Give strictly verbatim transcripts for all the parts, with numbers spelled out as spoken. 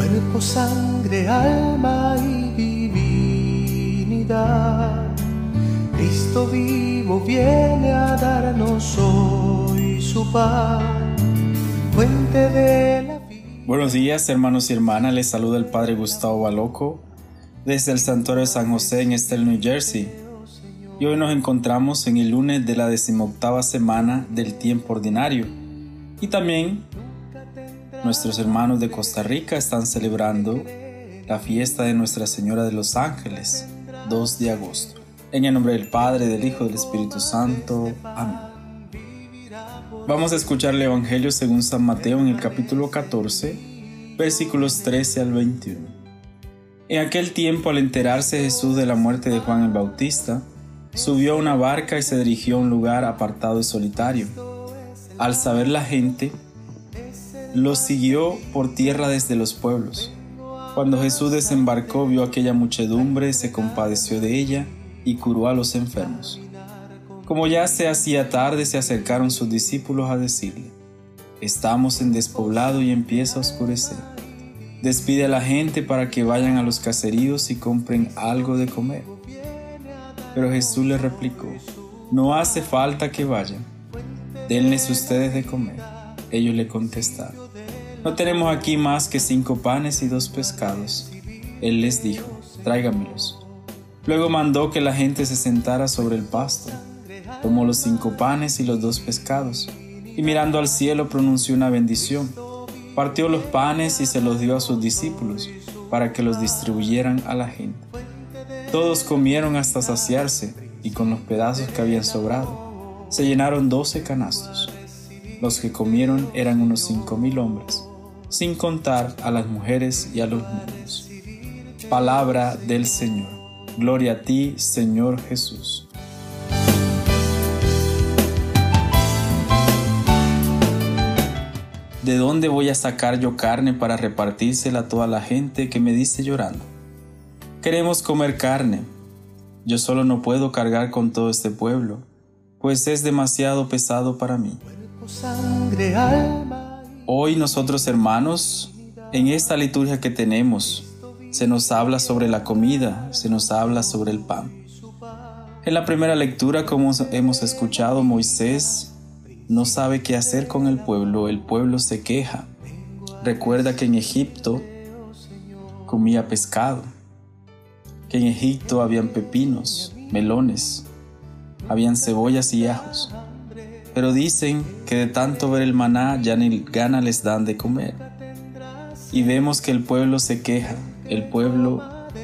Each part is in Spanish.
cuerpo, sangre, alma y divinidad. Cristo vivo viene a darnos hoy su paz, fuente de la vida. Buenos días, hermanos y hermanas, les saluda el Padre Gustavo Baloco desde el Santuario de San José en Estel, New Jersey. Y hoy nos encontramos en el lunes de la decimoctava semana del tiempo ordinario. Y también nuestros hermanos de Costa Rica están celebrando la fiesta de Nuestra Señora de los Ángeles, dos de agosto. En el nombre del Padre, del Hijo y del Espíritu Santo. Amén. Vamos a escuchar el Evangelio según San Mateo en el capítulo catorce, versículos trece al veintiuno. En aquel tiempo, al enterarse Jesús de la muerte de Juan el Bautista, subió a una barca y se dirigió a un lugar apartado y solitario. Al saber la gente, lo siguió por tierra desde los pueblos. Cuando Jesús desembarcó, vio aquella muchedumbre, se compadeció de ella y curó a los enfermos. Como ya se hacía tarde, se acercaron sus discípulos a decirle: estamos en despoblado y empieza a oscurecer. Despide a la gente para que vayan a los caseríos y compren algo de comer. Pero Jesús les replicó: no hace falta que vayan, denles ustedes de comer. Ellos le contestaron: no tenemos aquí más que cinco panes y dos pescados. Él les dijo: tráigamelos. Luego mandó que la gente se sentara sobre el pasto. Tomó los cinco panes y los dos pescados, y mirando al cielo pronunció una bendición. Partió los panes y se los dio a sus discípulos, para que los distribuyeran a la gente. Todos comieron hasta saciarse, y con los pedazos que habían sobrado, se llenaron doce canastos. Los que comieron eran unos cinco mil hombres, sin contar a las mujeres y a los niños. Palabra del Señor. Gloria a ti, Señor Jesús. ¿De dónde voy a sacar yo carne para repartírsela a toda la gente que me dice llorando? Queremos comer carne. Yo solo no puedo cargar con todo este pueblo, pues es demasiado pesado para mí. Hoy nosotros, hermanos, en esta liturgia que tenemos, se nos habla sobre la comida, se nos habla sobre el pan. En la primera lectura, como hemos escuchado, Moisés no sabe qué hacer con el pueblo, el pueblo se queja. Recuerda que en Egipto comía pescado, que en Egipto habían pepinos, melones, habían cebollas y ajos. Pero dicen que de tanto ver el maná ya ni gana les dan de comer. Y vemos que el pueblo se queja, el pueblo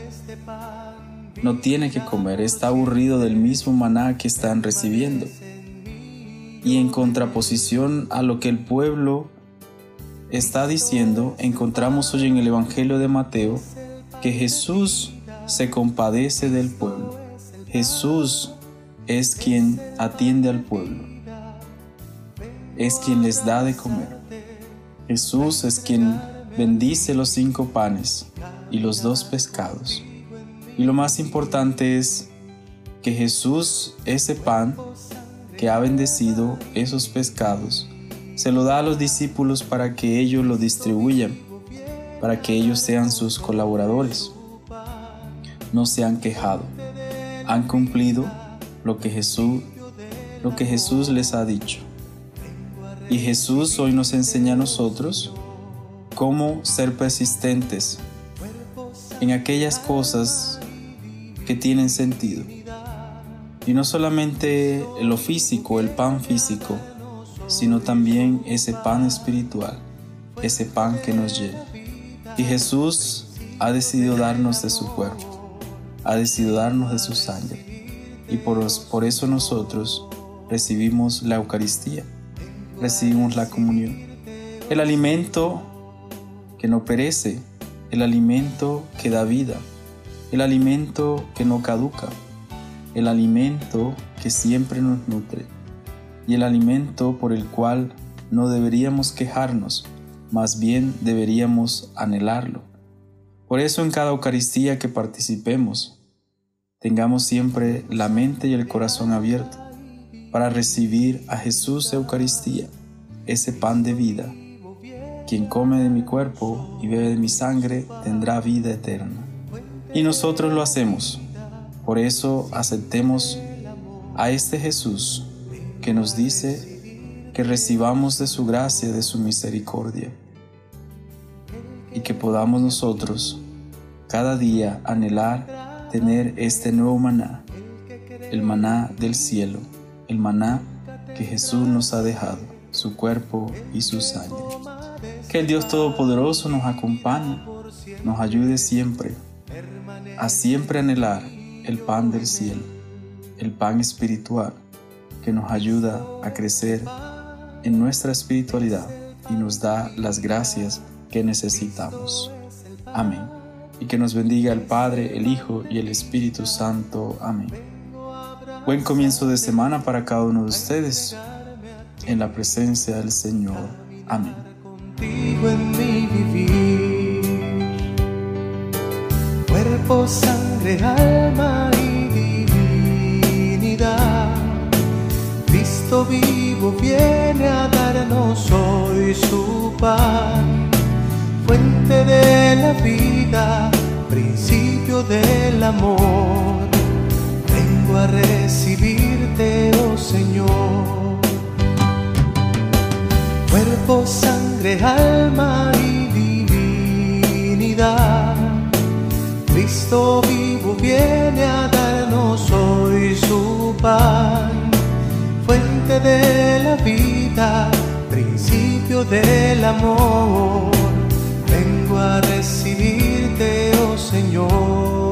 no tiene que comer, está aburrido del mismo maná que están recibiendo. Y en contraposición a lo que el pueblo está diciendo, encontramos hoy en el Evangelio de Mateo que Jesús se compadece del pueblo. Jesús es quien atiende al pueblo, es quien les da de comer. Jesús es quien bendice los cinco panes y los dos pescados. Y lo más importante es que Jesús, ese pan que ha bendecido, esos pescados, se lo da a los discípulos para que ellos lo distribuyan, para que ellos sean sus colaboradores. No se han quejado, han cumplido lo que Jesús, lo que Jesús les ha dicho. Y Jesús hoy nos enseña a nosotros cómo ser persistentes en aquellas cosas que tienen sentido. Y no solamente lo físico, el pan físico, sino también ese pan espiritual, ese pan que nos llena. Y Jesús ha decidido darnos de su cuerpo, ha decidido darnos de su sangre. Y por, por eso nosotros recibimos la Eucaristía, recibimos la comunión. El alimento que no perece, el alimento que da vida, el alimento que no caduca, el alimento que siempre nos nutre y el alimento por el cual no deberíamos quejarnos, más bien deberíamos anhelarlo. Por eso en cada Eucaristía que participemos, tengamos siempre la mente y el corazón abierto para recibir a Jesús Eucaristía, ese pan de vida quien come de mi cuerpo y bebe de mi sangre tendrá vida eterna. Y nosotros lo hacemos. Por eso aceptemos a este Jesús que nos dice que recibamos de su gracia, de su misericordia, y que podamos nosotros cada día anhelar tener este nuevo maná, el maná del cielo, el maná que Jesús nos ha dejado, su cuerpo y su sangre. Que el Dios Todopoderoso nos acompañe, nos ayude siempre a siempre anhelar el pan del cielo, el pan espiritual que nos ayuda a crecer en nuestra espiritualidad y nos da las gracias que necesitamos. Amén. Y que nos bendiga el Padre, el Hijo y el Espíritu Santo. Amén. Buen comienzo de semana para cada uno de ustedes, en la presencia del Señor. Amén. Contigo en mi vivir, cuerpo, sangre, alma y divinidad. Cristo vivo viene a darnos hoy su pan, fuente de la vida, principio del amor. Vengo a recibirte, oh Señor. Cuerpo, sangre, alma y divinidad. Cristo vivo viene a darnos hoy su pan, fuente de la vida, principio del amor. Vengo a recibirte, oh Señor.